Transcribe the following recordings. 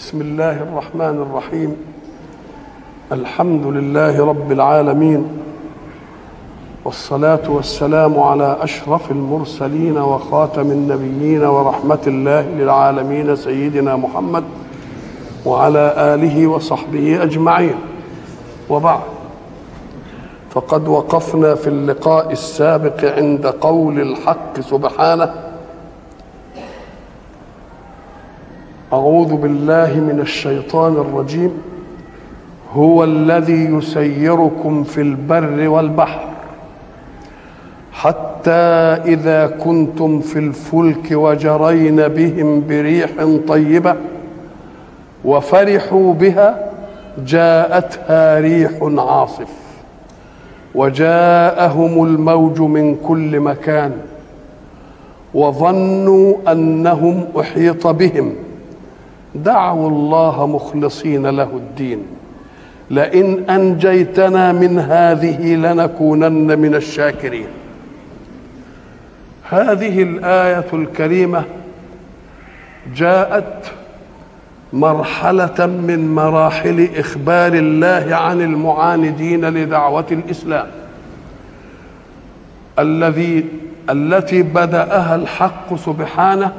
بسم الله الرحمن الرحيم. الحمد لله رب العالمين، والصلاة والسلام على أشرف المرسلين وخاتم النبيين ورحمة الله للعالمين سيدنا محمد وعلى آله وصحبه أجمعين. وبعد، فقد وقفنا في اللقاء السابق عند قول الحق سبحانه: أعوذ بالله من الشيطان الرجيم. هو الذي يسيركم في البر والبحر حتى إذا كنتم في الفلك وجرين بهم بريح طيبة وفرحوا بها جاءتها ريح عاصف وجاءهم الموج من كل مكان وظنوا أنهم أحيط بهم دعوا الله مخلصين له الدين لئن أنجيتنا من هذه لنكونن من الشاكرين. هذه الآية الكريمة جاءت مرحلة من مراحل إخبار الله عن المعاندين لدعوة الإسلام التي بدأها الحق سبحانه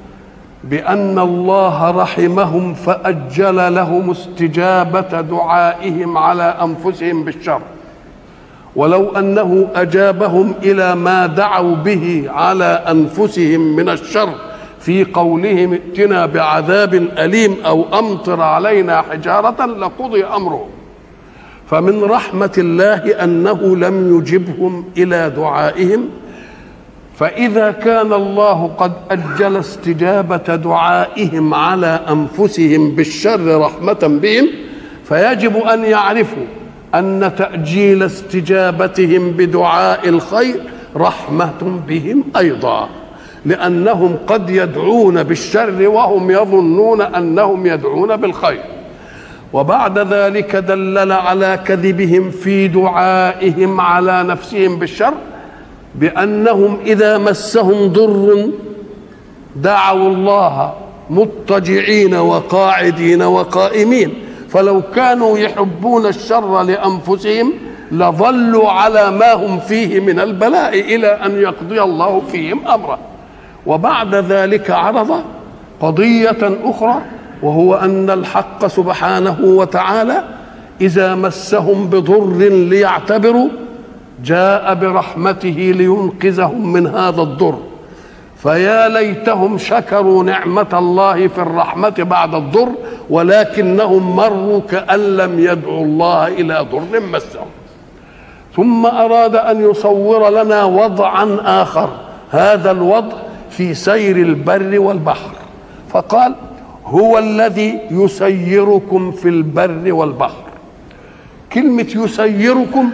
بأن الله رحمهم فأجل لهم استجابة دعائهم على أنفسهم بالشر، ولو أنه أجابهم إلى ما دعوا به على أنفسهم من الشر في قولهم ائتنا بعذاب أليم أو أمطر علينا حجارة لقضي أمرهم. فمن رحمة الله أنه لم يجبهم إلى دعائهم، فإذا كان الله قد أجل استجابة دعائهم على أنفسهم بالشر رحمة بهم، فيجب أن يعرفوا أن تأجيل استجابتهم بدعاء الخير رحمة بهم أيضا، لأنهم قد يدعون بالشر وهم يظنون أنهم يدعون بالخير. وبعد ذلك دلل على كذبهم في دعائهم على نفسهم بالشر بأنهم إذا مسهم ضر دعوا الله مضطجعين وقاعدين وقائمين، فلو كانوا يحبون الشر لأنفسهم لظلوا على ما هم فيه من البلاء إلى أن يقضي الله فيهم أمره. وبعد ذلك عرض قضية أخرى، وهو أن الحق سبحانه وتعالى إذا مسهم بضر ليعتبروا جاء برحمته لينقذهم من هذا الضر، فيا ليتهم شكروا نعمة الله في الرحمة بعد الضر، ولكنهم مروا كأن لم يدعوا الله إلى ضر مسهم. ثم أراد أن يصور لنا وضعا آخر، هذا الوضع في سير البر والبحر، فقال: هو الذي يسيركم في البر والبحر. كلمة يسيركم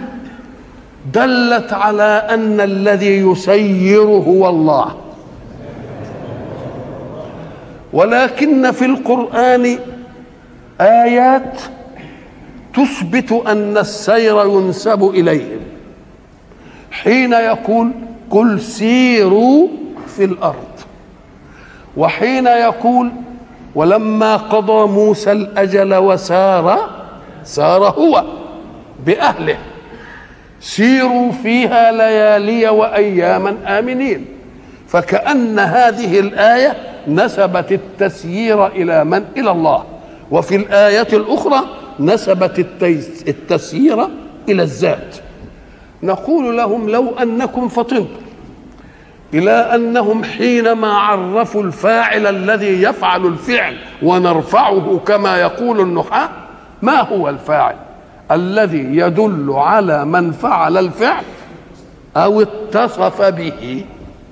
دلت على أن الذي يسير هو الله، ولكن في القرآن آيات تثبت أن السير ينسب إليهم، حين يقول: قل سيروا في الأرض، وحين يقول: ولما قضى موسى الأجل وسار هو بأهله سيروا فيها ليالي وأياما آمنين. فكأن هذه الآية نسبت التسيير إلى من؟ إلى الله. وفي الآية الأخرى نسبت التسيير إلى الذات. نقول لهم: لو أنكم فطنتم إلى أنهم حينما عرفوا الفاعل الذي يفعل الفعل ونرفعه كما يقول النحاة، ما هو الفاعل الذي يدل على من فعل الفعل أو اتصف به؟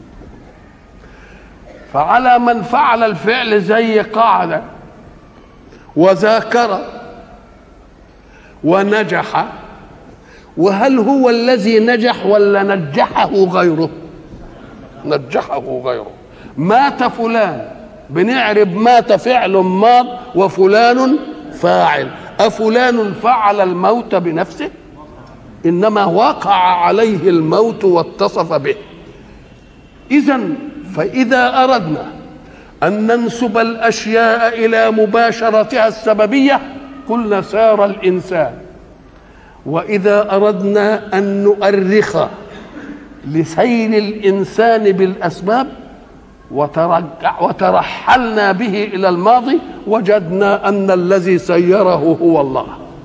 فعلى من فعل الفعل زي قعد وذاكر ونجح. وهل هو الذي نجح ولا نجحه غيره؟ نجحه غيره. مات فلان، بنعرب مات فعل ماض وفلان فاعل. أفلان فعل الموت بنفسه؟ إنما وقع عليه الموت واتصف به. إذن فإذا أردنا أن ننسب الأشياء إلى مباشرتها السببية قلنا سار الإنسان. وإذا أردنا أن نؤرخ لسير الإنسان بالأسباب وترحلنا به إلى الماضي وجدنا أن الذي سيره هو الله.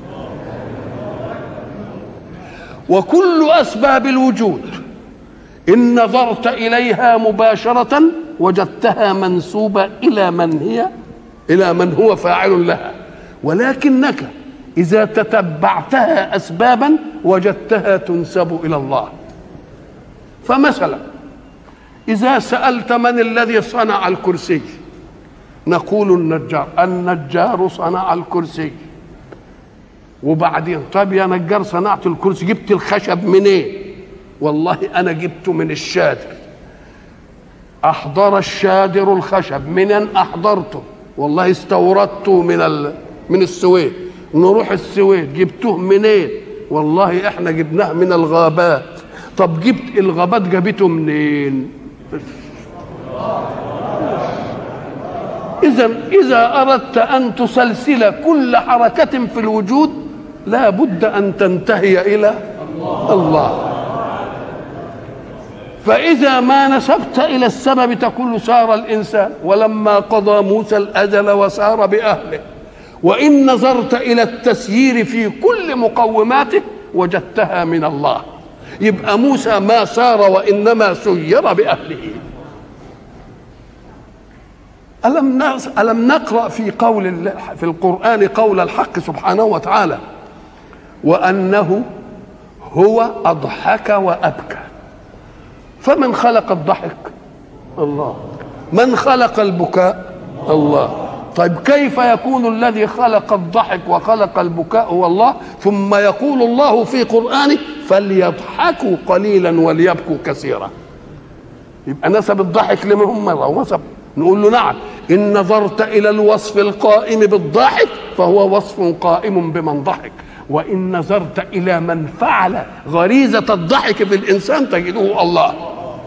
وكل أسباب الوجود إن نظرت إليها مباشرة وجدتها منسوبة إلى من هو فاعل لها، ولكنك إذا تتبعتها أسبابا وجدتها تنسب إلى الله. فمثلا إذا سألت من الذي صنع الكرسي نقول النجار صنع الكرسي. وبعدين طب يا نجار صنعت الكرسي جبت الخشب منين؟ إيه؟ والله أنا جبته من الشادر. أحضر الشادر الخشب. منين أحضرته؟ والله استوردته من السويد. نروح السويد جبته منين؟ إيه؟ والله احنا جبناه من الغابات. طب جبت الغابات جابته منين؟ إذا أردت أن تسلسل كل حركة في الوجود لا بد أن تنتهي إلى الله. فإذا ما نسبت إلى السبب تقول سار الإنسان ولما قضى موسى الأجل وسار بأهله. وإن نظرت إلى التسيير في كل مقوماته وجدتها من الله. يبقى موسى ما سار وإنما سير بأهله. ألم نقرأ في القرآن قول الحق سبحانه وتعالى وأنه هو أضحك وأبكى. فمن خلق الضحك؟ الله. من خلق البكاء؟ الله. طيب كيف يكون الذي خلق الضحك وخلق البكاء هو الله ثم يقول الله في قرآنه فليضحكوا قليلا وليبكوا كثيرا؟ يبقى نسب الضحك لمن هم مرة ونسب. نقول له نعم إن نظرت إلى الوصف القائم بالضاحك فهو وصف قائم بمن ضحك. وإن نظرت إلى من فعل غريزة الضحك في الإنسان تجده الله.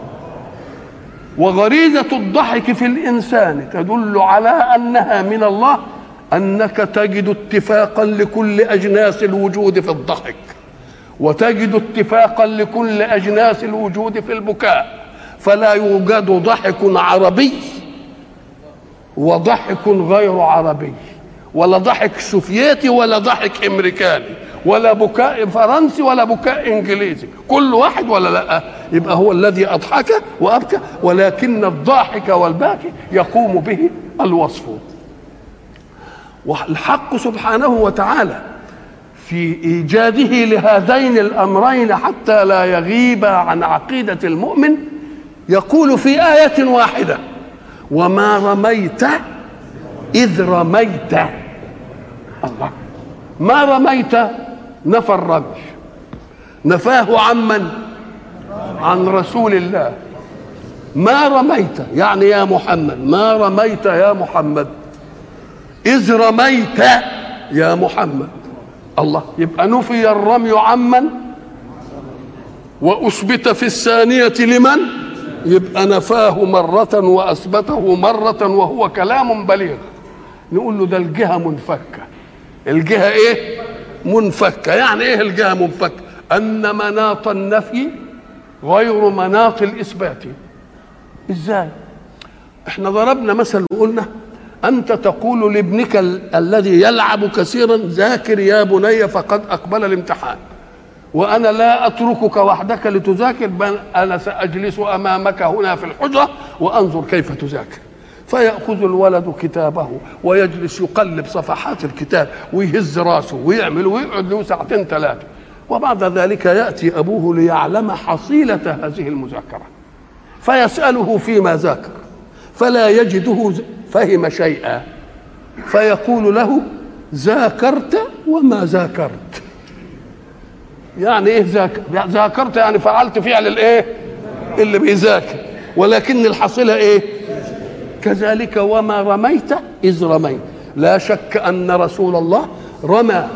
وغريزة الضحك في الإنسان تدل على أنها من الله أنك تجد اتفاقا لكل أجناس الوجود في الضحك وتجد اتفاقا لكل أجناس الوجود في البكاء. فلا يوجد ضحك عربي وضحك غير عربي ولا ضحك سوفيتي ولا ضحك امريكاني ولا بكاء فرنسي ولا بكاء انجليزي. كل واحد ولا لا؟ يبقى هو الذي اضحك وابكى. ولكن الضاحك والباكي يقوم به الوصف. والحق سبحانه وتعالى في ايجاده لهذين الامرين حتى لا يغيب عن عقيدة المؤمن يقول في آية واحدة وما رميت إذ رميت. الله. ما رميت نفى الرمي، نفاه عمن؟ عن رسول الله. ما رميت يعني يا محمد، ما رميت يا محمد إذ رميت يا محمد. الله. يبقى نفي الرمي عمن وأثبت في الثانية لمن؟ يبقى نفاه مرة وأثبته مرة وهو كلام بليغ. نقول له ده الجهة منفكة. الجهة ايه؟ منفكة. يعني ايه الجهة منفكة؟ أن مناط النفي غير مناط الإثبات. ازاي؟ احنا ضربنا مثل وقلنا أنت تقول لابنك الذي يلعب كثيرا ذاكر يا بني فقد أقبل الامتحان، وأنا لا أتركك وحدك لتذاكر بل أنا سأجلس أمامك هنا في الحجرة وأنظر كيف تذاكر. فيأخذ الولد كتابه ويجلس يقلب صفحات الكتاب ويهز راسه ويعمل ويقعد له ساعتين ثلاثة، وبعد ذلك يأتي أبوه ليعلم حصيلة هذه المذاكرة فيسأله فيما ذاكر فلا يجده فهم شيئا فيقول له ذاكرت وما ذاكرت. يعني ايه ذاكرت؟ يعني فعلت فعل الايه اللي بيذاكر، ولكن الحصيلة ايه؟ كذلك وما رميت إذ رميت. لا شك أن رسول الله رمى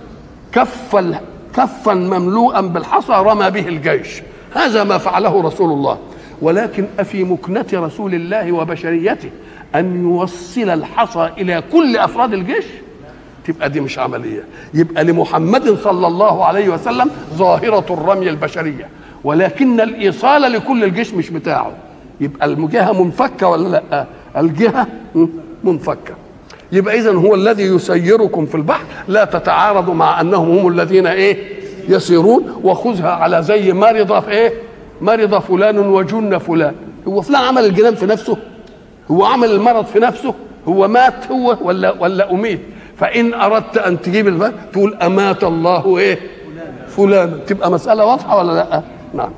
كفا مملوءا بالحصى رمى به الجيش، هذا ما فعله رسول الله. ولكن أفي مكنة رسول الله وبشريته أن يوصل الحصى إلى كل أفراد الجيش تبقى دي مش عملية. يبقى لمحمد صلى الله عليه وسلم ظاهرة الرمي البشرية، ولكن الإيصال لكل الجيش مش بتاعه. يبقى الجهة منفكة ولا لا؟ الجهة منفكة. يبقى إذن هو الذي يسيركم في البحر، لا تتعارضوا مع أنهم هم الذين يسيرون. وخذها على زي مرض في مرض فلان وجن فلان. هو فلان عمل الجنان في نفسه؟ هو عمل المرض في نفسه؟ هو مات هو ولا أميت؟ فإن أردت أن تجيب البحر تقول أمات الله فلان، تبقى مسألة واضحة ولا لا؟ نعم.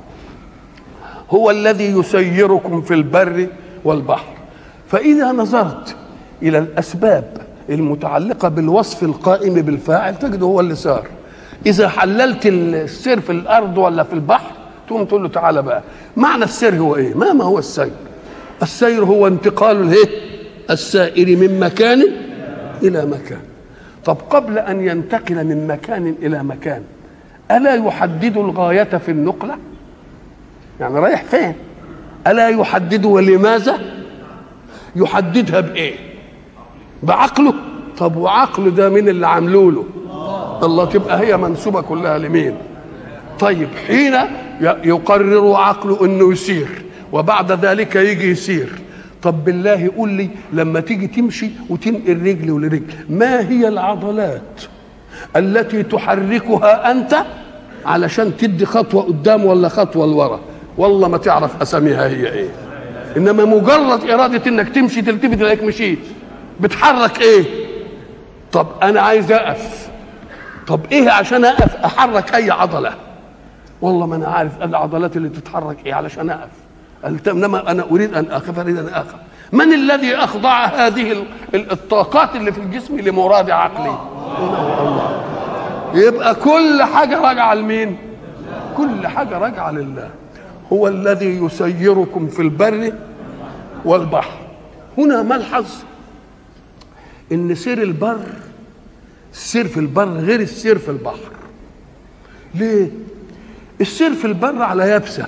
هو الذي يسيركم في البر والبحر. فإذا نظرت إلى الأسباب المتعلقة بالوصف القائم بالفاعل تجد هو اللي سار. إذا حللت السير في الأرض ولا في البحر تقوم تقول له تعالى بقى، معنى السير هو إيه؟ ما هو السير؟ السير هو انتقال السائر من مكان إلى مكان. طب قبل أن ينتقل من مكان إلى مكان ألا يحدد الغاية في النقلة؟ يعني رايح فين؟ ألا يحدد ولماذا؟ يحددها بإيه؟ بعقله. طب وعقله ده مين اللي عامله له؟ الله. تبقى هي منسوبة كلها لمين؟ طيب حين يقرر عقله انه يسير وبعد ذلك يجي يسير، طب بالله قول لي لما تيجي تمشي وتنقل رجل ولرجل ما هي العضلات التي تحركها انت علشان تدي خطوة قدام ولا خطوة لورا؟ والله ما تعرف اساميها هي ايه. انما مجرد ارادة انك تمشي تلتفت تلاقيك مشيت. بتحرك ايه؟ طب انا عايز اقف، طب ايه عشان اقف؟ احرك اي عضله؟ والله ما انا عارف العضلات اللي تتحرك ايه علشان اقف. انما انا اريد ان اقف، اريد ان اقف. من الذي اخضع هذه الطاقات اللي في الجسم لمراد عقلي؟ الله. يبقى كل حاجه راجعه لمين؟ كل حاجه راجعه لله. هو الذي يسيركم في البر والبحر. هنا ملحظ ان سير البر، السير في البر غير السير في البحر. ليه؟ السير في البر على يابسة،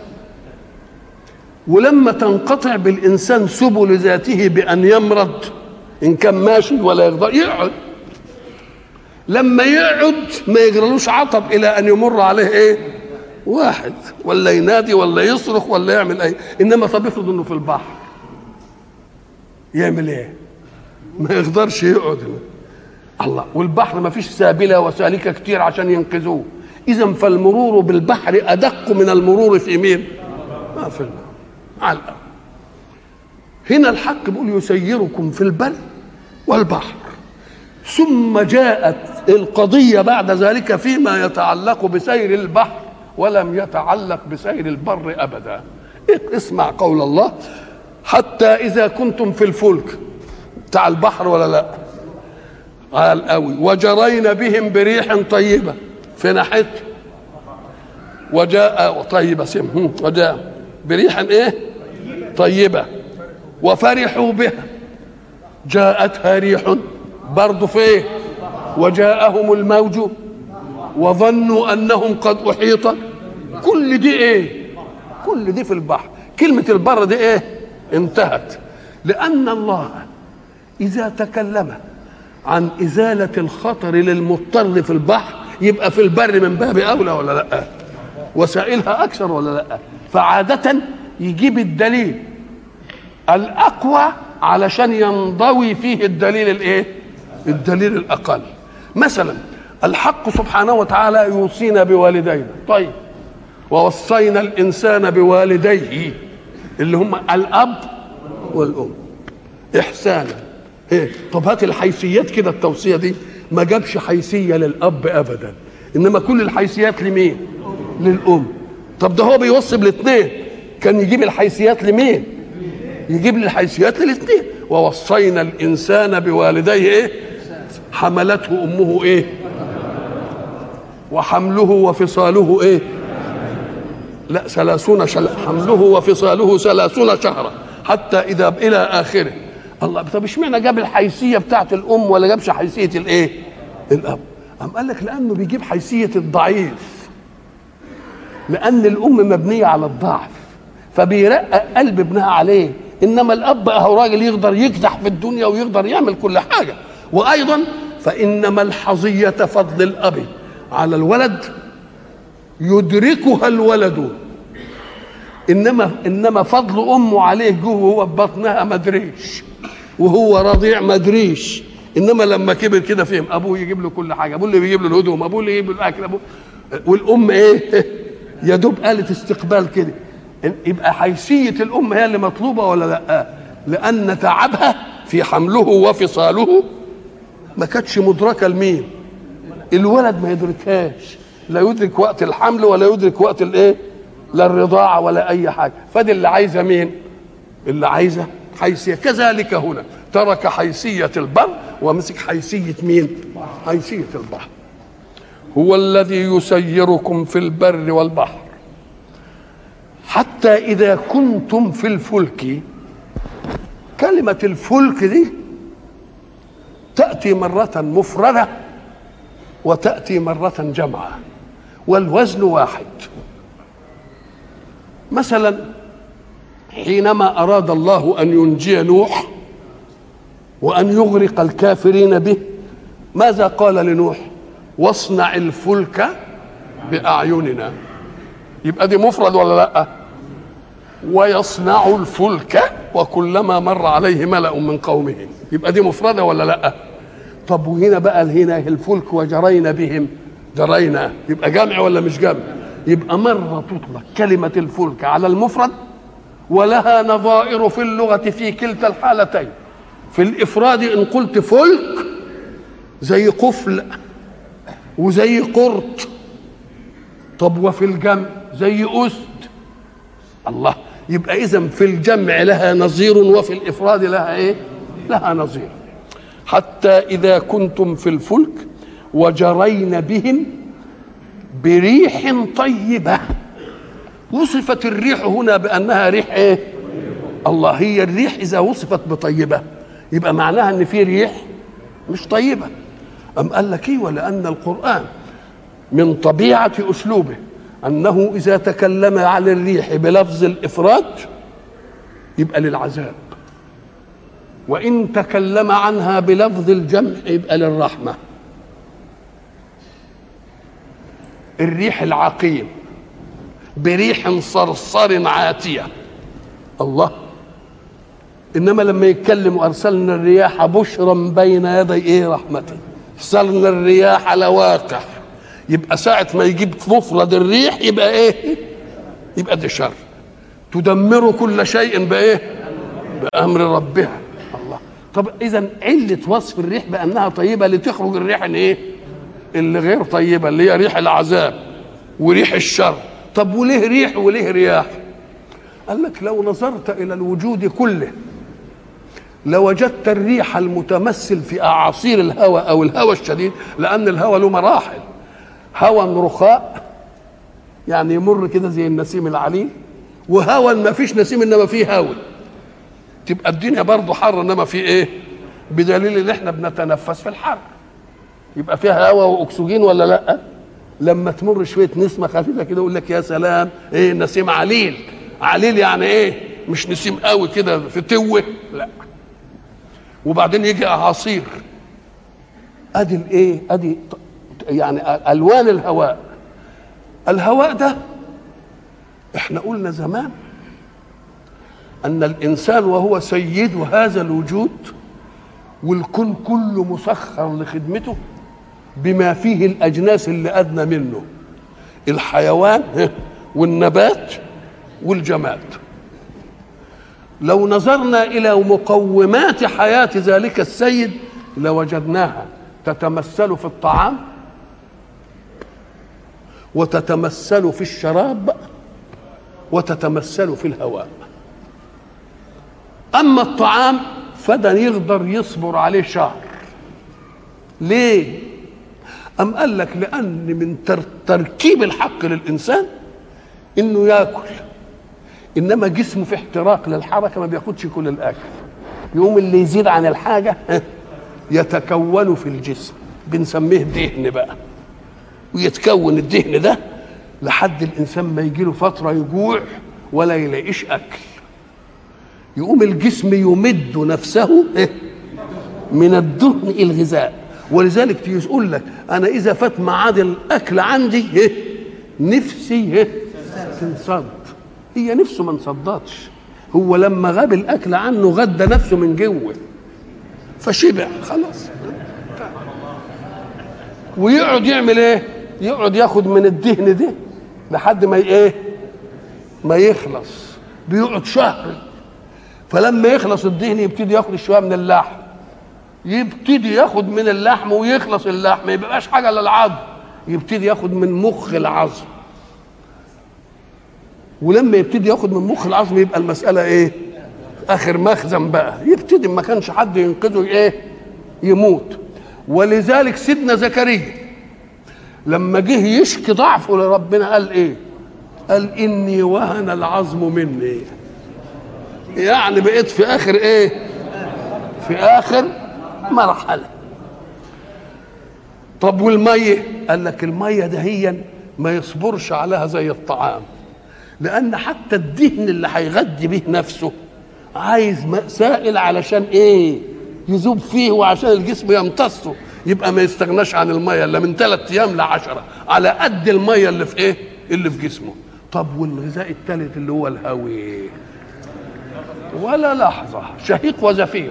ولما تنقطع بالإنسان سبل ذاته بأن يمرض إن كان ماشي ولا يقدر يقعد، لما يقعد ما يجرلوش عطب إلى أن يمر عليه واحد ولا ينادي ولا يصرخ ولا يعمل أي. إنما طب افرض إنه في البحر يعمل إيه؟ ما يقدرش يقعد. الله. والبحر ما فيش سابلة وسالكة كتير عشان ينقذوه. إذن فالمرور بالبحر أدق من المرور في مين؟ ما في الله على الأرض. هنا الحق بيقول يسيركم في البر والبحر. ثم جاءت القضية بعد ذلك فيما يتعلق بسير البحر ولم يتعلق بسير البر أبدا. اسمع قول الله: حتى إذا كنتم في الفلك بتاع البحر ولا لا؟ قال قوي: وجرينا بهم بريح طيبة في ناحية وجاء طيبة سم وجاء بريح طيبة وفرحوا بها جاءتها ريح برضو فيه وجاءهم الموج وظنوا أنهم قد أحيط. كل دي كل دي في البحر. كلمة البر دي انتهت، لأن الله إذا تكلم عن إزالة الخطر للمضطر في البحر يبقى في البر من باب أولى ولا لا؟ وسائلها أكثر ولا لا؟ فعادة يجيب الدليل الأقوى علشان ينضوي فيه الدليل الدليل الأقل. مثلا الحق سبحانه وتعالى يوصينا بوالدينا. طيب ووصينا الإنسان بوالديه اللي هم الأب والأم إحسانا. طب هات الحيثيات كده. التوصية دي ما جابش حيثية للأب أبدا، إنما كل الحيثيات لمين؟ للأم. طب ده هو بيوصي بالاثنين، كان يجيب الحيثيات لمين؟ يجيب لي الحيثيات للاثنين. ووصينا الإنسان بوالديه حملته أمه وحمله وفصاله لا 30 حمله وفصاله 30 شهرا حتى إذا إلى آخره. الله. طب اشمعنى جاب الحيثيه بتاعت الام ولا جابش حيثيه الاب؟ قام قال لك لانه بيجيب حيثيه الضعيف، لان الام مبنيه على الضعف فبيرقق قلب ابنها عليه انما الاب اهو راجل يقدر يكدح في الدنيا ويقدر يعمل كل حاجه. وايضا فانما الحظيه فضل الاب على الولد يدركها الولد، انما فضل امه عليه جوه وهو في بطنها ما ادريش، وهو رضيع ما ادريش، انما لما كبر كده فهم ابوه يجيب له كل حاجه، ابوه اللي بيجيب له الهدوم، ابوه اللي يجيب له الاكل، ابوه والام ايه يا دوب آلة استقبال كده. يبقى حيثيه الام هي اللي مطلوبه ولا لا؟ لان تعبها في حمله وفصاله ما كانتش مدركه لمين؟ الولد ما يدركهاش، لا يدرك وقت الحمل ولا يدرك وقت الايه؟ لا الرضاعه ولا اي حاجه. فدي اللي عايزه مين؟ اللي عايزه حيثيه. كذلك هنا ترك حيثيه البر ومسك حيثيه مين؟ حيثيه البحر. هو الذي يسيركم في البر والبحر حتى إذا كنتم في الفلك. كلمة الفلك دي تأتي مرة مفردة وتأتي مرة جمعة والوزن واحد. مثلا حينما أراد الله أن ينجي نوح وأن يغرق الكافرين به، ماذا قال لنوح؟ واصنع الفلك بأعيننا. يبقى دي مفرد ولا لا؟ ويصنع الفلك وكلما مر عليه ملأ من قومه، يبقى دي مفردة ولا لا؟ طب وهنا بقى هنا الفلك وجرينا بهم، جرينا يبقى جمع ولا مش جمع؟ يبقى مرة تطلق كلمة الفلك على المفرد ولها نظائر في اللغة في كلتا الحالتين. في الإفراد إن قلت فلك زي قفل وزي قرط، طب وفي الجمع زي أسد. الله، يبقى إذن في الجمع لها نظير وفي الإفراد لها إيه؟ لها نظير. حتى إذا كنتم في الفلك وجرين بهم بريح طيبة. وصفت الريح هنا بأنها ريح إيه؟ الله، هي الريح إذا وصفت بطيبة يبقى معناها إن في ريح مش طيبة. أم قال لك إيه؟ ولأن القرآن من طبيعة أسلوبه أنه إذا تكلم عن الريح بلفظ الإفراد يبقى للعذاب، وإن تكلم عنها بلفظ الجمع يبقى للرحمة. الريح العقيم بريح صرصر عاتية، الله. إنما لما يتكلم أرسلنا الرياح بشرا بين يدي إيه؟ رحمته. أرسلنا الرياح لواقح، يبقى ساعة ما يجيب مفرد الريح يبقى إيه؟ يبقى ده شر. تدمر كل شيء بإيه؟ بأمر ربها. الله. طب إذن علة وصف الريح بأنها طيبة لتخرج الريح إيه؟ اللي غير طيبة، اللي هي ريح العذاب وريح الشر. طب وليه ريح وليه رياح؟ قال لك لو نظرت إلى الوجود كله لوجدت الريح المتمثل في أعاصير الهواء أو الهواء الشديد، لأن الهواء له مراحل. هواء رخاء يعني يمر كده زي النسيم العليل، وهواء ما فيش نسيم انما فيه هواء، تبقى الدنيا برضه حر انما في ايه؟ بدليل ان احنا بنتنفس في الحر يبقى فيها هواء واكسجين ولا لا؟ لما تمر شويه نسمه خفيفه كده يقول لك يا سلام، ايه نسيم عليل. عليل يعني ايه؟ مش نسيم قوي كده في توه، لا. وبعدين يجي اعاصير، ادي الايه؟ ادي يعني الوان الهواء. الهواء ده احنا قلنا زمان ان الانسان وهو سيد هذا الوجود والكون كله مسخر لخدمته بما فيه الاجناس اللي ادنى منه، الحيوان والنبات والجماد. لو نظرنا الى مقومات حياه ذلك السيد لوجدناها تتمثل في الطعام وتتمثل في الشراب وتتمثل في الهواء. اما الطعام فده يقدر يصبر عليه شهر. ليه؟ ام قال لك لان من تركيب الحق للانسان انه ياكل، انما جسمه في احتراق للحركه ما بياخدش كل الاكل، يقوم اللي يزيد عن الحاجه يتكون في الجسم، بنسميه دهن بقى، ويتكون الدهن ده لحد الانسان ما يجي له فتره يجوع ولا يلاقيش اكل. يقوم الجسم يمد نفسه من الدهن الغذاء. ولذلك تقول لك انا اذا فات ميعاد الاكل عندي نفسي تنصد. هي نفسه ما انصدتش، هو لما غاب الاكل عنه غدى نفسه من جوه فشبع خلاص. ويقعد يعمل ايه؟ يقعد ياخد من الدهن ده لحد ما ما يخلص. بيقعد شهر، فلما يخلص الدهن يبتدي ياخد شويه من اللحم، يبتدي ياخد من اللحم ويخلص اللحم، ما يبقاش حاجه للعظم، يبتدي ياخد من مخ العظم. ولما يبتدي ياخد من مخ العظم يبقى المساله اخر مخزن بقى، يبتدي ما كانش حد ينقذه يموت. ولذلك سيدنا زكريا لما جه يشكي ضعفه لربنا قال قال اني وهن العظم مني، يعني بقيت في اخر في اخر مرحله. طب والميه؟ قال لك الميه دهيا ما يصبرش عليها زي الطعام، لان حتى الدهن اللي هيغذي به نفسه عايز ماء سائل علشان يذوب فيه وعشان الجسم يمتصه، يبقى ما يستغناش عن الميه الا من 3 ايام ل10 على قد الميه اللي في اللي في جسمه. طب والغذاء الثالث اللي هو الهوي، ولا لحظه شهيق وزفير.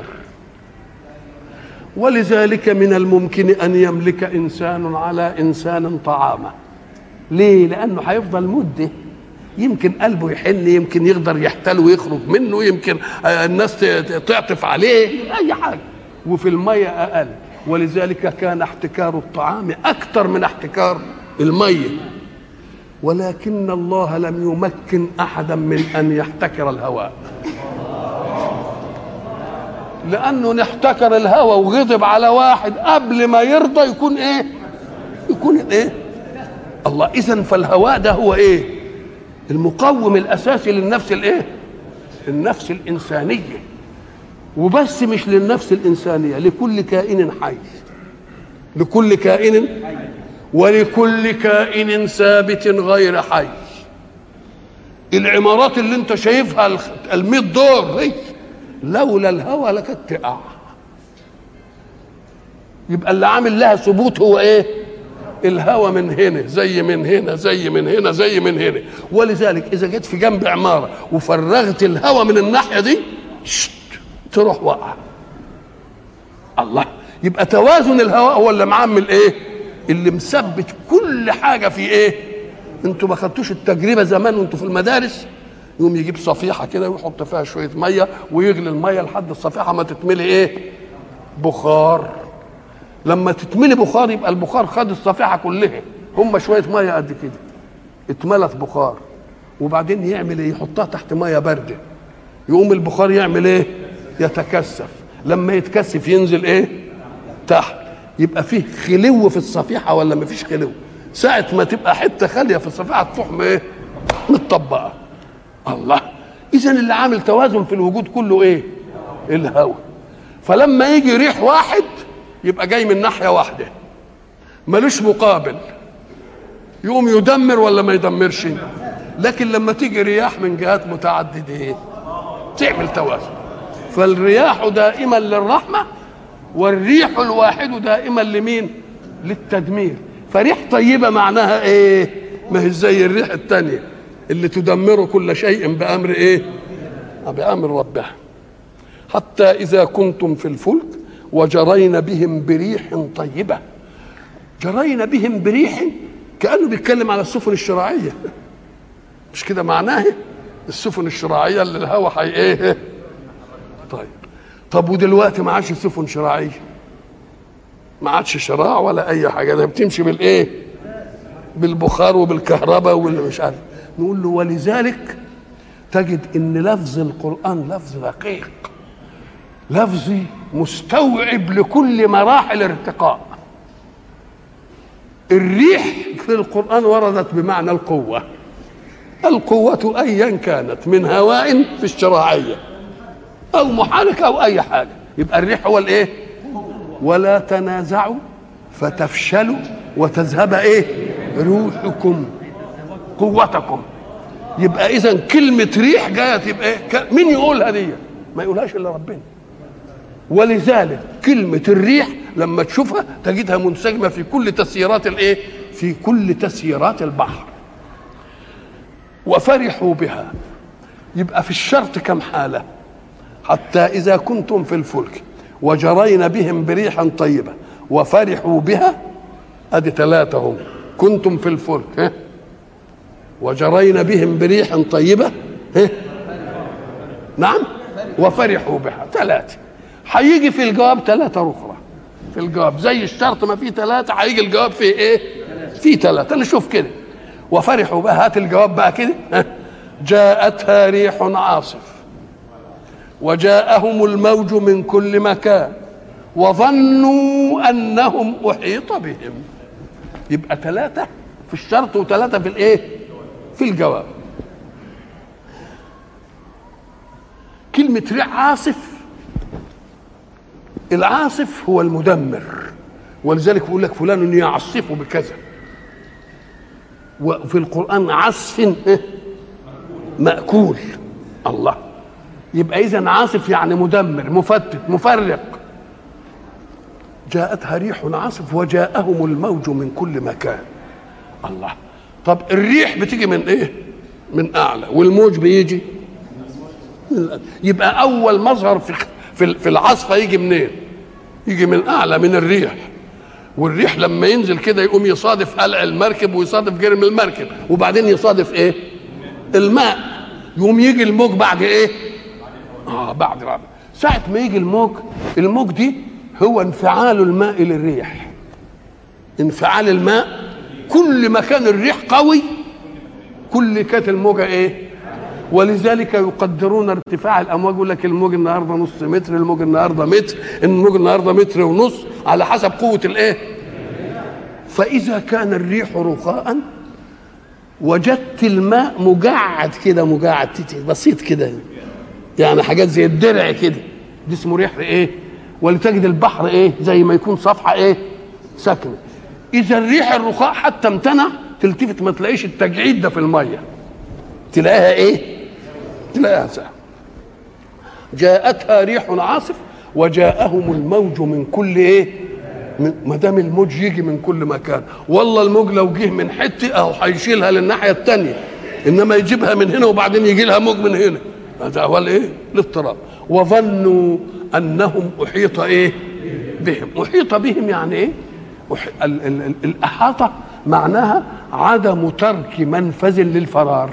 ولذلك من الممكن ان يملك انسان على انسان طعامه. ليه؟ لانه هيفضل مده، يمكن قلبه يحن، يمكن يقدر يحتل ويخرج منه، يمكن الناس تعطف عليه، اي حاجه. وفي الميه اقل، ولذلك كان احتكار الطعام اكثر من احتكار الميه. ولكن الله لم يمكن احدا من ان يحتكر الهواء، لانه نحتكر الهواء وغضب على واحد قبل ما يرضى يكون يكون الله. اذا فالهواء ده هو المقوم الاساسي للنفس النفس الانسانيه. وبس مش للنفس الانسانيه، لكل كائن حي، لكل كائن ولكل كائن ثابت غير حي. العمارات اللي انت شايفها ال100 دور لولا الهوى لكانت تقع. يبقى اللي عامل لها ثبوت هو الهوى، من هنا زي من هنا زي من هنا زي من هنا. ولذلك اذا جيت في جنب عماره وفرغت الهوى من الناحيه دي تروح واقعه. الله، يبقى توازن الهواء هو اللي معمل اللي مثبت كل حاجه في انتوا ما خدتوش التجربه زمان وانتوا في المدارس؟ يقوم يجيب صفيحه كده ويحط فيها شويه ميه ويغلي الميه لحد الصفيحه ما تتملي بخار. لما تتملي بخار يبقى البخار خد الصفيحه كلها، هم شويه ميه قد كده اتملت بخار. وبعدين يعمل يحطها تحت ميه بارده، يقوم البخار يعمل يتكثف. لما يتكثف ينزل تحت، يبقى فيه خلو في الصفيحه ولا ما فيش خلو؟ ساعه ما تبقى حته خاليه في الصفيحه تروح متطبقه. الله، اذا اللي عامل توازن في الوجود كله الهواء. فلما يجي ريح واحد يبقى جاي من ناحيه واحده ملوش مقابل، يقوم يدمر ولا ما يدمرش. لكن لما تيجي رياح من جهات متعدده تعمل توازن. فالرياح دائما للرحمه، والريح الواحد دائما لمين؟ للتدمير. فريح طيبه معناها ما هي زي الريح الثانيه اللي تدمر كل شيء بامر بامر ربها. حتى اذا كنتم في الفلك وجرين بهم بريح طيبه. جرين بهم بريح كانه بيتكلم على السفن الشراعيه، مش كده معناه؟ السفن الشراعيه اللي الهواء طب ودلوقتي ما عادش سفن شراعيه، ما عادش شراع ولا اي حاجه، ده بتمشي بالبخار وبالكهرباء واللي مش عارف. نقول له ولذلك تجد ان لفظ القران لفظ دقيق، لفظ مستوعب لكل مراحل الارتقاء. الريح في القران وردت بمعنى القوه، القوه ايا كانت، من هواء في الشراعيه او محركه او اي حاجه. يبقى الريح هو ولا تنازعوا فتفشلوا وتذهب روحكم قوتكم. يبقى اذا كلمه ريح جايه تبقى مين يقولها دي؟ ما يقولهاش الا ربنا. ولذلك كلمه الريح لما تشوفها تجدها منسجمه في كل تسييرات الايه؟ في كل تسييرات البحر. وفرحوا بها، يبقى في الشرط كم حاله؟ حتى اذا كنتم في الفلك وجرين بهم بريح طيبه وفرحوا بها، ادي ثلاثه هم. كنتم في الفلك وجرين بهم بريح طيبه نعم وفرحوا بها، ثلاثه. هيجي في الجواب ثلاثه اخرى في الجواب زي الشرط ما فيه ثلاثه، هيجي الجواب فيه ايه؟ فيه ثلاثه. نشوف كده. وفرحوا بها، هات الجواب بقى كده. جاءتها ريح عاصف وجاءهم الموج من كل مكان وظنوا انهم احيط بهم. يبقى ثلاثه في الشرط وثلاثه في الايه؟ في الجواب. كلمه ريح عاصف، العاصف هو المدمر، ولذلك بيقول لك فلان يعصف بكذا. وفي القرآن عصف مأكول. الله، يبقى إذن عاصف يعني مدمر مفتت مفرق. جاءتها ريح عاصف وجاءهم الموج من كل مكان. الله، طب الريح بتيجي من ايه؟ من اعلى، والموج بيجي يبقى اول مظهر في العاصفه يجي منين؟ يجي من اعلى، من الريح. والريح لما ينزل كده يقوم يصادف قلع المركب ويصادف جرم المركب، وبعدين يصادف ايه؟ الماء. يقوم يجي الموج بعد ايه؟ بعد رابع. ساعة ما يجي الموج دي هو انفعال الماء للريح. انفعال الماء، كل ما كان الريح قوي كل كانت الموجة ايه؟ ولذلك يقدرون ارتفاع الامواج، يقول لك الموج النهارده نص متر، الموج النهارده متر، الموج النهارده متر ونص، على حسب قوه الايه. فاذا كان الريح رخاء وجدت الماء مجعد كده، مجعد بسيط كده، يعني حاجات زي الدرع كده، دي اسمه ريح ايه. ولتجد البحر ايه؟ زي ما يكون صفحه ايه؟ ساكنه. اذا الريح الرخاء حتى امتنع، تلتفت ما تلاقيش التجعيد ده في الميه، تلاقيها ايه؟ تلاقيها سهل. جاءتها ريح عاصف وجاءهم الموج من كل ايه؟ ما دام الموج يجي من كل مكان، والله الموج لو جه من حته اهو هيشيلها للناحيه الثانيه، انما يجيبها من هنا وبعدين يجي لها موج من هنا، هذا هو الايه؟ الاضطراب. وظنوا انهم احيط ايه؟ بهم. احيط بهم يعني ايه؟ الاحاطه معناها عدم ترك منفذ للفرار.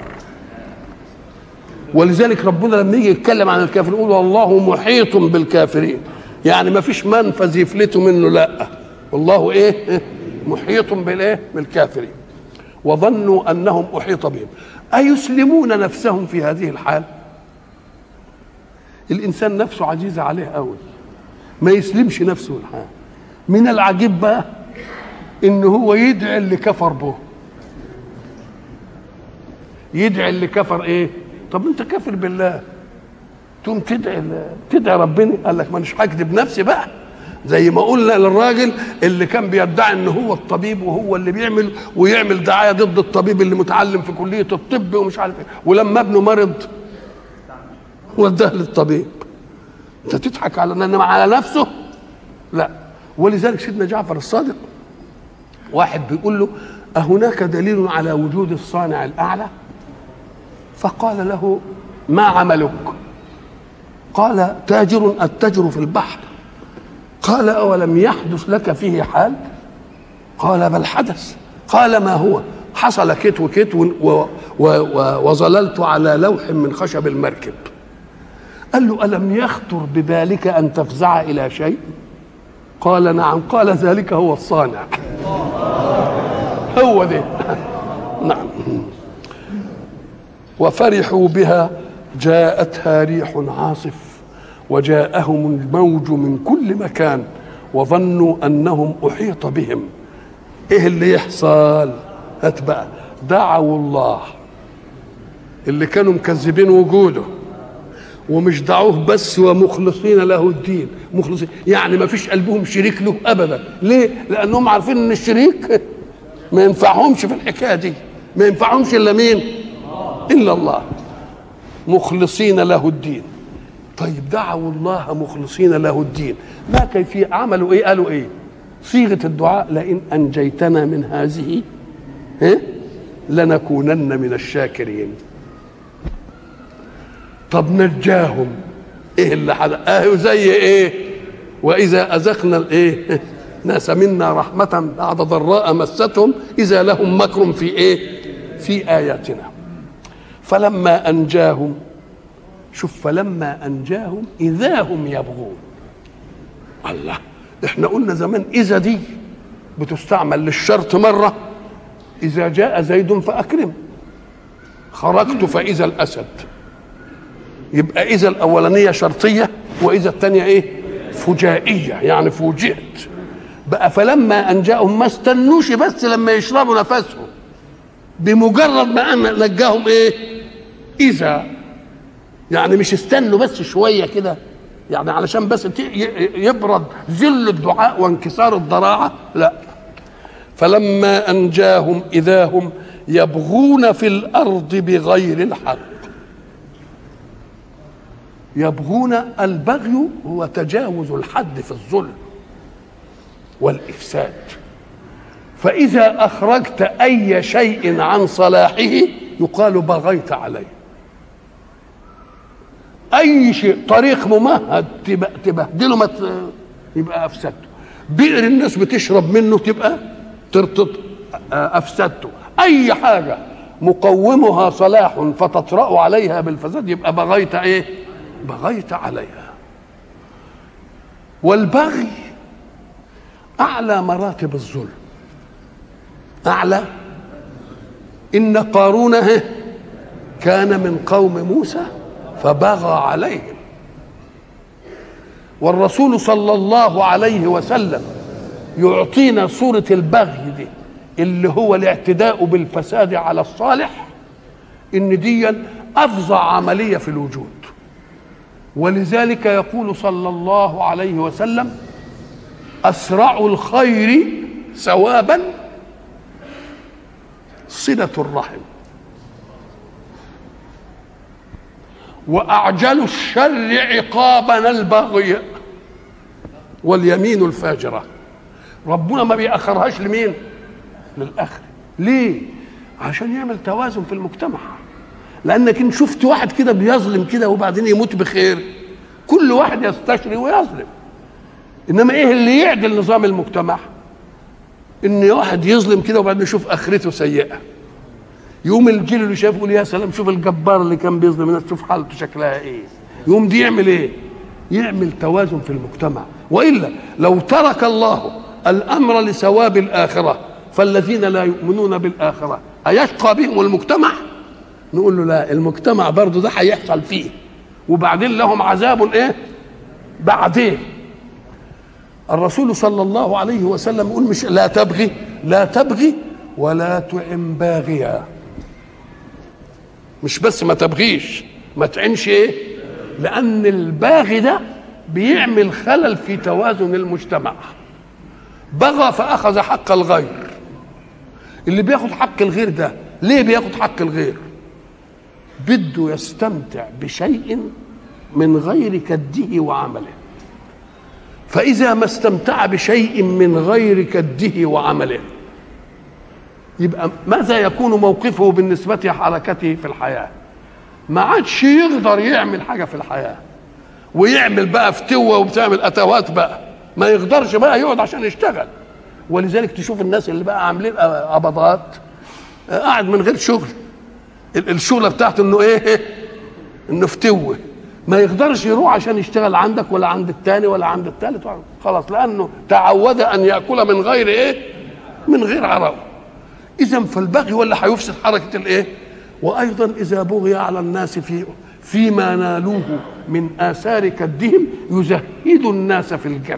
ولذلك ربنا لما يجي يتكلم عن الكافرين يقول والله محيط بالكافرين، يعني ما فيش منفذ يفلتوا منه، لا، والله ايه؟ محيط بالايه؟ بالكافرين. وظنوا انهم احيط بهم. ايسلمون نفسهم في هذه الحال؟ الانسان نفسه عزيزه عليه قوي، ما يسلمش نفسه الحال. من العجيب بقى ان هو يدعي اللي كفر به، يدعي اللي كفر ايه؟ طب انت كافر بالله تقوم تدعي ربنا؟ قال لك مانيش هكذب نفسي بقى، زي ما قلنا للراجل اللي كان بيدعي ان هو الطبيب وهو اللي بيعمل ويعمل دعايه ضد الطبيب اللي متعلم في كليه الطب ومش عارف ايه، ولما ابنه مرض وداه للطبيب. انت تضحك على نفسه؟ لا. ولذلك سيدنا جعفر الصادق واحد بيقول له أهناك دليل على وجود الصانع الأعلى؟ فقال له ما عملك؟ قال تاجر أتجر في البحر. قال أولم يحدث لك فيه حال؟ قال بل حدث. قال ما هو؟ حصل كت وكت وظللت على لوح من خشب المركب. قال له ألم يخطر ببالك أن تفزع إلى شيء؟ قال نعم. قال ذلك هو الصانع. هو ده. نعم. وفرحوا بها جاءتها ريح عاصف وجاءهم الموج من كل مكان وظنوا أنهم أحيط بهم. إيه اللي يحصل؟ هات بقى. دعوا الله اللي كانوا مكذبين وجوده، ومش دعوه بس ومخلصين له الدين. مخلصين يعني ما فيش قلبهم شريك له ابدا. ليه؟ لانهم عارفين ان الشريك ما ينفعهمش في الحكايه دي، ما ينفعهمش الا مين؟ الا الله. مخلصين له الدين. طيب دعوا الله مخلصين له الدين، ما كيفية عملوا ايه؟ قالوا ايه؟ صيغة الدعاء لئن أنجيتنا من هذه لنكونن من الشاكرين. طب نجاهم، ايه اللي حدث؟ زي ايه؟ وإذا أذقنا الايه ناس منا رحمة بعد ضراء مستهم إذا لهم مكر في ايه؟ في آياتنا. فلما أنجاهم، شوف، فلما أنجاهم إذا هم يبغون. الله، احنا قلنا زمان إذا دي بتستعمل للشرط مرة، إذا جاء زيد فأكرم، خرجت فإذا الأسد. يبقى إذا الأولانية شرطية وإذا الثانية إيه؟ فجائية، يعني فوجئت بقى. فلما أنجاهم ما استنوش بس لما يشربوا نفسهم، بمجرد ما أن نجاهم إيه؟ إذا، يعني مش استنوا بس شوية كده يعني علشان بس يبرد ذل الدعاء وانكسار الضراعة، لا. فلما أنجاهم إذا هم يبغون في الأرض بغير الحق. يبغون، البغي هو تجاوز الحد في الظلم والإفساد. فإذا أخرجت أي شيء عن صلاحه يقال بغيت عليه. أي شيء، طريق ممهد تبهدله يبقى أفسدته. بئر الناس بتشرب منه تبقى أفسدته. أي حاجة مقومها صلاح فتطرأ عليها بالفساد يبقى بغيت إيه؟ بغيت عليها. والبغي أعلى مراتب الظلم، أعلى. إن قارون كان من قوم موسى فبغى عليهم. والرسول صلى الله عليه وسلم يعطينا صورة البغي دي اللي هو الاعتداء بالفساد على الصالح، إن دي أفظع عملية في الوجود. ولذلك يقول صلى الله عليه وسلم أسرع الخير ثوابا صلة الرحم، وأعجل الشر عقابا البغي واليمين الفاجرة. ربنا ما بيأخرهاش لمين؟ للآخر. ليه؟ عشان يعمل توازن في المجتمع. لأنك إن شفت واحد كده بيظلم كده وبعدين يموت بخير، كل واحد يستشري ويظلم. إنما إيه اللي يعدل نظام المجتمع؟ إن واحد يظلم كده وبعدين يشوف آخرته سيئة، يوم الجيل اللي شافه يقول يا سلام شوف الجبار اللي كان بيظلم الناس، شوف حالته شكلها ايه. يوم دي يعمل ايه؟ يعمل توازن في المجتمع. والا لو ترك الله الامر لثواب الاخره فالذين لا يؤمنون بالاخره ايشقى بهم المجتمع؟ نقول له لا، المجتمع برضه ده هيحصل فيه وبعدين لهم عذاب ايه؟ بعدين. الرسول صلى الله عليه وسلم يقول مش لا تبغي، لا تبغي ولا تعن باغيا. مش بس ما تبغيش، ما تعنش ايه؟ لان الباغي ده بيعمل خلل في توازن المجتمع. بغى فاخذ حق الغير. اللي بياخد حق الغير ده ليه بياخد حق الغير؟ بده يستمتع بشيء من غير كده وعمله. فاذا ما استمتع بشيء من غير كده وعمله يبقى ماذا يكون موقفه بالنسبة لحركته في الحياة؟ ما عادش يقدر يعمل حاجة في الحياة، ويعمل بقى فتوة وبتعمل أتوات بقى، ما يقدرش بقى يقعد عشان يشتغل. ولذلك تشوف الناس اللي بقى عاملين قبضات قاعد من غير شغل، الشغلة بتاعته انه ايه؟ انه فتوة، ما يقدرش يروح عشان يشتغل عندك ولا عند الثاني ولا عند الثالث، خلاص، لأنه تعود أن يأكل من غير ايه؟ من غير عرق. إذا فالبغي هو اللي هيفسد حركة الإيه؟ وأيضا إذا بغي على الناس فيما نالوه من آثار كدهم يزهد الناس في الجد،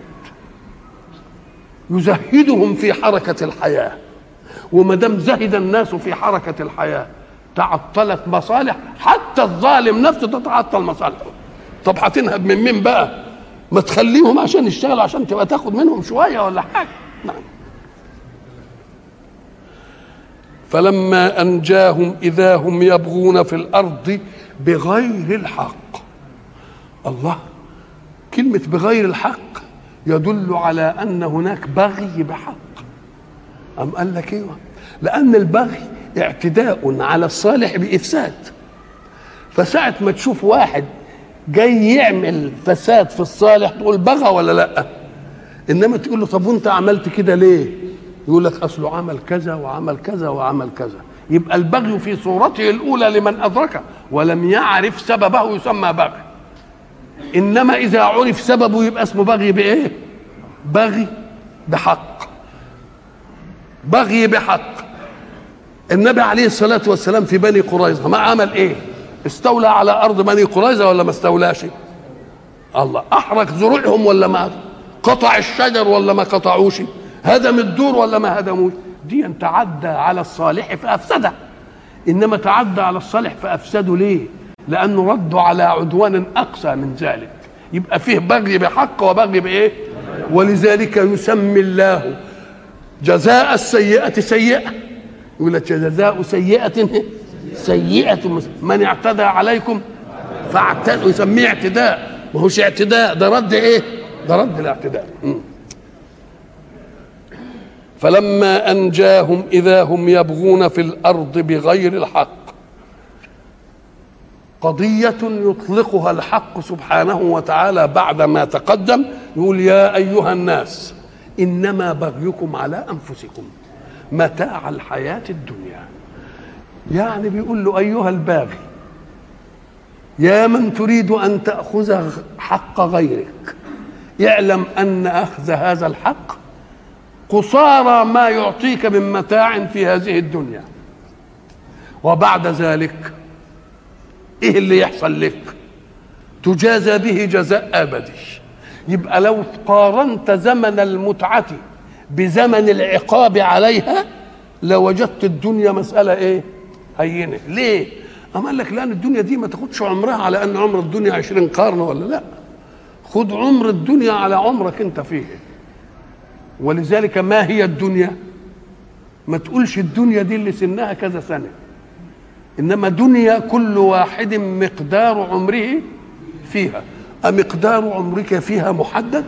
يزهدهم في حركة الحياة. وما دام زهد الناس في حركة الحياة تعطلت مصالح، حتى الظالم نفسه تتعطل مصالحه. طب هتنهب من مين بقى؟ ما تخليهم عشان يشتغلوا عشان تبقى تاخد منهم شوية ولا حاجة. نعم. فلما أنجاهم إذا هم يبغون في الأرض بغير الحق الله، كلمة بغير الحق يدل على أن هناك بغي بحق. أم قال لك ايوه، لأن البغي اعتداء على الصالح بإفساد. فساعة ما تشوف واحد جاي يعمل فساد في الصالح تقول بغى ولا لا؟ إنما تقول له طب وأنت عملت كده ليه؟ يقول لك أصله عمل كذا وعمل كذا وعمل كذا. يبقى البغي في صورته الأولى لمن أدركه ولم يعرف سببه يسمى بغي. إنما إذا عرف سببه يبقى اسمه بغي بإيه؟ بغي بحق. بغي بحق. النبي عليه الصلاة والسلام في بني قريظة ما عمل إيه؟ استولى على أرض بني قريظة ولا ما استولاش؟ الله، أحرق زروعهم ولا ما قطع الشجر ولا ما قطعوش؟ هدم الدور ولا ما هدموش؟ دي تعدى على الصالح فأفسده. إنما تعدى على الصالح فأفسده ليه؟ لأنه ردوا على عدوان أقصى من ذلك. يبقى فيه بغي بحق وبغي بإيه؟ ولذلك يسمي الله جزاء السيئة سيئة. يقول لك جزاء سيئة سيئة من اعتدى عليكم فاعتدوا، يسميه اعتداء. ما هوش اعتداء، ده رد ايه؟ ده رد الاعتداء. فلما أنجاهم إذا هم يبغون في الأرض بغير الحق. قضية يطلقها الحق سبحانه وتعالى بعد ما تقدم، يقول يا أيها الناس إنما بغيكم على أنفسكم متاع الحياة الدنيا. يعني بيقول له أيها الباغي، يا من تريد أن تأخذ حق غيرك، اعلم أن أخذ هذا الحق قصارى ما يعطيك من متاع في هذه الدنيا، وبعد ذلك ايه اللي يحصل لك؟ تجازى به جزاء ابدي. يبقى لو قارنت زمن المتعة بزمن العقاب عليها لوجدت الدنيا مسألة ايه؟ هينة. ليه؟ أما قال لك لأن الدنيا دي ما تاخدش عمرها على أن عمر الدنيا 20 قرن ولا لا، خد عمر الدنيا على عمرك انت فيه. ولذلك ما هي الدنيا؟ ما تقولش الدنيا دي اللي سنها كذا سنة، إنما دنيا كل واحد مقدار عمره فيها. أمقدار عمرك فيها محدد؟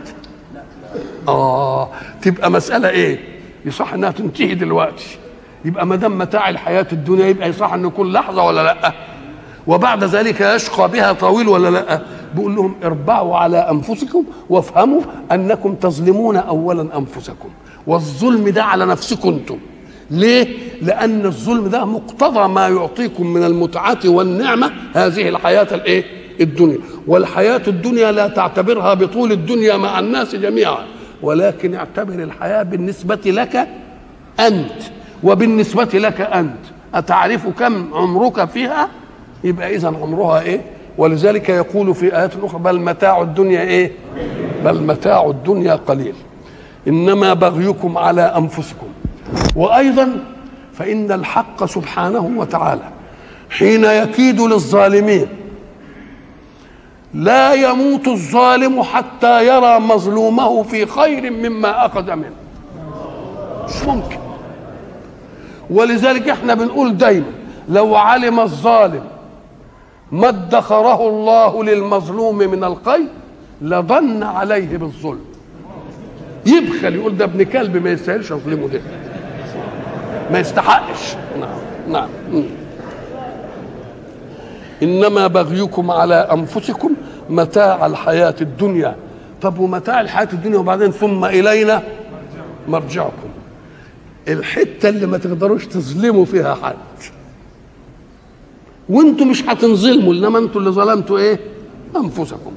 تبقى مسألة إيه؟ يصح إنها تنتهي دلوقتي. يبقى ما دام متاع الحياة الدنيا يبقى يصح إن كل لحظة ولا لأ؟ وبعد ذلك يشقى بها طويل ولا لأ؟ بيقول لهم اربعوا على أنفسكم وافهموا أنكم تظلمون أولا أنفسكم، والظلم ده على نفسكم أنتم. ليه؟ لأن الظلم ده مقتضى ما يعطيكم من المتعة والنعمة هذه الحياة الإيه؟ الدنيا. والحياة الدنيا لا تعتبرها بطول الدنيا مع الناس جميعا، ولكن اعتبر الحياة بالنسبة لك أنت وبالنسبة لك أنت. أتعرف كم عمرك فيها؟ يبقى إذن عمرها إيه؟ ولذلك يقول في آيات أخرى بل متاع الدنيا إيه؟ بل متاع الدنيا قليل. إنما بغيكم على أنفسكم. وأيضا فإن الحق سبحانه وتعالى حين يكيد للظالمين لا يموت الظالم حتى يرى مظلومه في خير مما أخذ منه. مش ممكن. ولذلك احنا بنقول دايما لو علم الظالم ما ادخره الله للمظلوم من الخير لظن عليه بالظلم. يبخل يقول ده ابن كلب ما يستاهلش اظلمه، ده ما يستحقش. نعم. إنما بغيكم على أنفسكم متاع الحياة الدنيا. طب ومتاع الحياة الدنيا وبعدين ثم إلينا مرجعكم، الحتة اللي ما تقدروش تظلموا فيها حد، وانتم مش هتنظلموا، انما انتم اللي ظلمتوا ايه؟ انفسكم.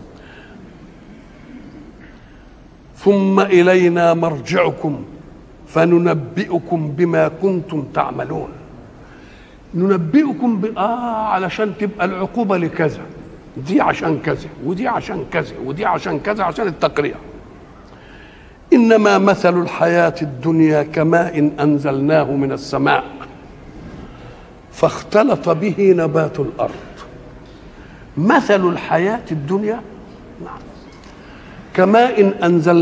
ثم الينا مرجعكم فننبئكم بما كنتم تعملون. ننبئكم علشان تبقى العقوبه لكذا، دي عشان كذا ودي عشان كذا ودي عشان كذا، عشان التقريع. انما مثل الحياه الدنيا كماء انزلناه من السماء فاختلط به نبات الارض. مثل الحياه الدنيا كماء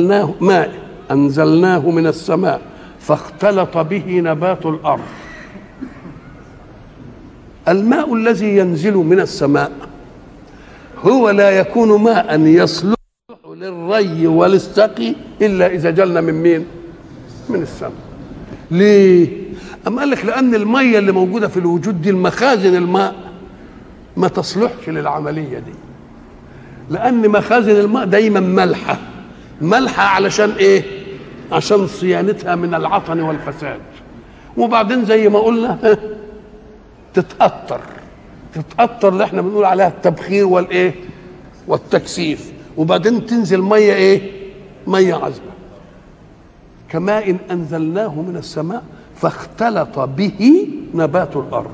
انزلناه من السماء فاختلط به نبات الارض. الماء الذي ينزل من السماء هو لا يكون ماء يصلح للري والسقي الا اذا جلنا من مين؟ من السماء. ليه؟ أما قال لك لأن المية اللي موجودة في الوجود دي المخازن الماء ما تصلحش للعملية دي، لأن مخازن الماء دايما ملحة علشان إيه؟ عشان صيانتها من العطن والفساد، وبعدين زي ما قلنا تتأثر اللي احنا بنقول عليها التبخير والإيه؟ والتكثيف، وبعدين تنزل مية إيه؟ مية عذبة. كماء أنزلناه من السماء فاختلط به نبات الأرض.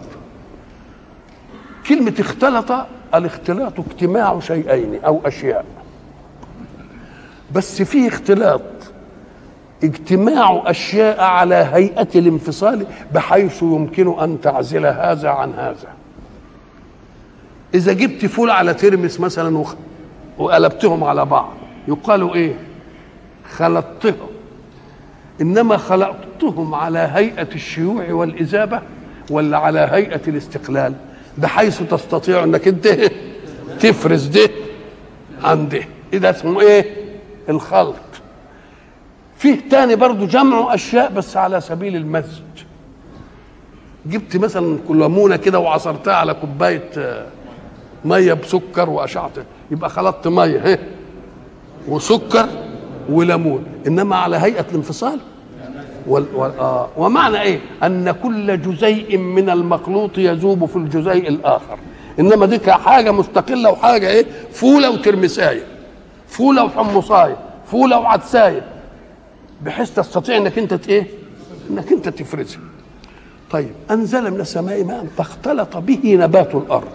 كلمة اختلط، الاختلاط اجتماع شيئين أو أشياء، بس فيه اختلاط اجتماع أشياء على هيئة الانفصال بحيث يمكن أن تعزل هذا عن هذا. إذا جبت فول على ترمس مثلا وقلبتهم على بعض يقال إيه؟ خلطتهم. إنما خلقتهم على هيئة الشيوع والإذابة ولا على هيئة الاستقلال، بحيث تستطيع أنك أنت تفرز ده عن ده. إذا اسمه إيه؟ الخلط. فيه تاني برضو جمع أشياء بس على سبيل المزج. جبت مثلا ليمونة كده وعصرتها على كوباية مية بسكر وأشعتها، يبقى خلطت مية وسكر وليمون، انما على هيئه الانفصال ومعنى ايه؟ ان كل جزيء من المخلوط يذوب في الجزيء الاخر، انما دي حاجه مستقله وحاجه ايه؟ فوله وترمسايه، فوله وحمصايه، فوله وعدسايه، بحيث تستطيع انك انت ايه؟ انك انت تفرزها. طيب انزل من السماء ماء فاختلط به نبات الارض.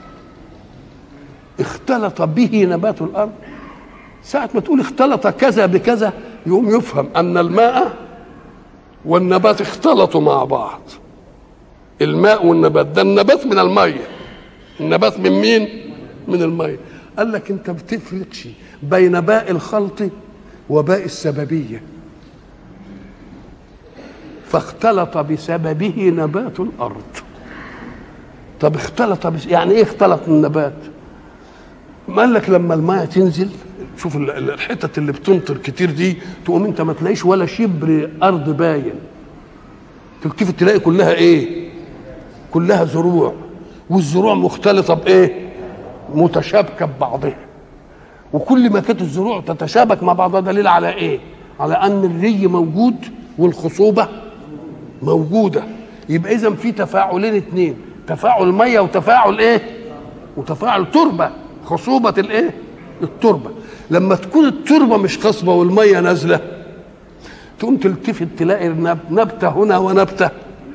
اختلط به نبات الارض، ساعة ما تقول اختلط كذا بكذا يقوم يفهم أن الماء والنبات اختلطوا مع بعض. الماء والنبات، ده النبات من المية، النبات من مين؟ من المية. قال لك أنت بتفرقش بين باء الخلط وباء السببية. فاختلط بسببه نبات الأرض. طب اختلط يعني إيه اختلط النبات؟ ما قال لك لما الماء تنزل، شوف الحتت اللي بتمطر كتير دي، تقوم انت ما تلاقيش ولا شبر ارض باين، تلتفت تلاقي كلها ايه؟ كلها زروع، والزروع مختلطه بايه؟ متشابكه ببعضها. وكل ما كانت الزروع تتشابك مع بعضها دليل على ايه؟ على ان الري موجود والخصوبه موجوده. يبقى اذا في تفاعلين اثنين، تفاعل ميه وتفاعل ايه؟ وتفاعل تربه، خصوبه الايه؟ التربه. لما تكون التربه مش خصبه والميه نازله تقوم تلتفت تلاقي نبته هنا ونبته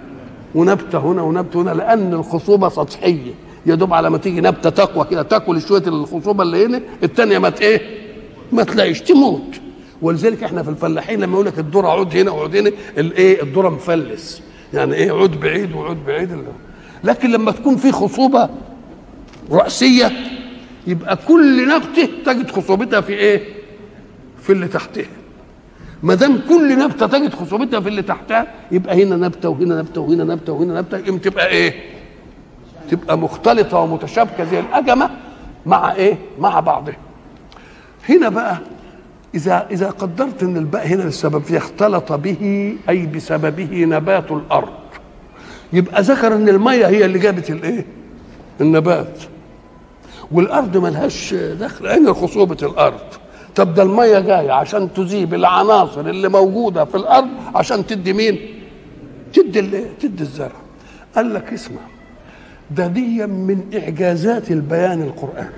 هنا ونبته هنا، لان الخصوبه سطحيه، يا دوب على ما تيجي نبته تقوى كده تاكل شويه الخصوبه اللي هنا، الثانيه ما ايه؟ ما تلاقيش، تموت. ولذلك احنا في الفلاحين لما يقول لك الذره عود هنا وعود هنا، الايه؟ الذره مفلس، يعني ايه؟ عود بعيد وعود بعيد. لكن لما تكون في خصوبه راسيه يبقى كل نبته تجد خصوبتها في ايه؟ في اللي تحتها. ما دام كل نبته تجد خصوبتها في اللي تحتها يبقى هنا نبته وهنا نبته وهنا نبته وهنا نبته، يبقى تبقى ايه؟ تبقى مختلطه ومتشابكه زي الاجمه مع ايه؟ مع بعضها. هنا بقى اذا قدرت ان الباء هنا للسبب فيه اختلط به اي بسببه نبات الارض، يبقى ذكر ان الميه هي اللي جابت الايه؟ النبات، والارض ملهاش دخل، اين خصوبه الارض؟ طب ده الميه جايه عشان تذيب العناصر اللي موجوده في الارض عشان تدي مين؟ تدي الزرع. قال لك اسمع، ده دي من اعجازات البيان القراني.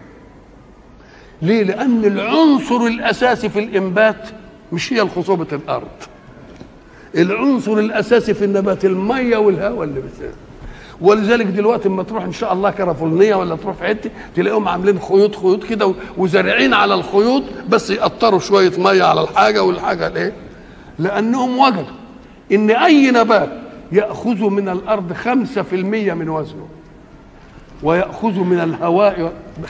ليه؟ لان العنصر الاساسي في الانبات مش هي خصوبه الارض، العنصر الاساسي في النبات الميه والهواء اللي بتاعه. ولذلك دلوقتي اما تروح ان شاء الله كرفولنيه ولا تروح في حته تلاقيهم عاملين خيوط كده وزارعين على الخيوط، بس يقطروا شويه ميه على الحاجه والحاجه الايه؟ لانهم وجدوا ان اي نبات ياخذ من الارض 5% من وزنه وياخذ من الهواء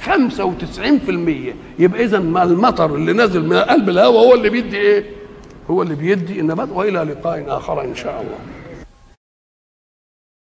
95%، يبقى اذا ما المطر اللي نازل من قلب الهواء هو اللي بيدي ايه؟ هو اللي بيدي النبات. والى لقاء اخر ان شاء الله.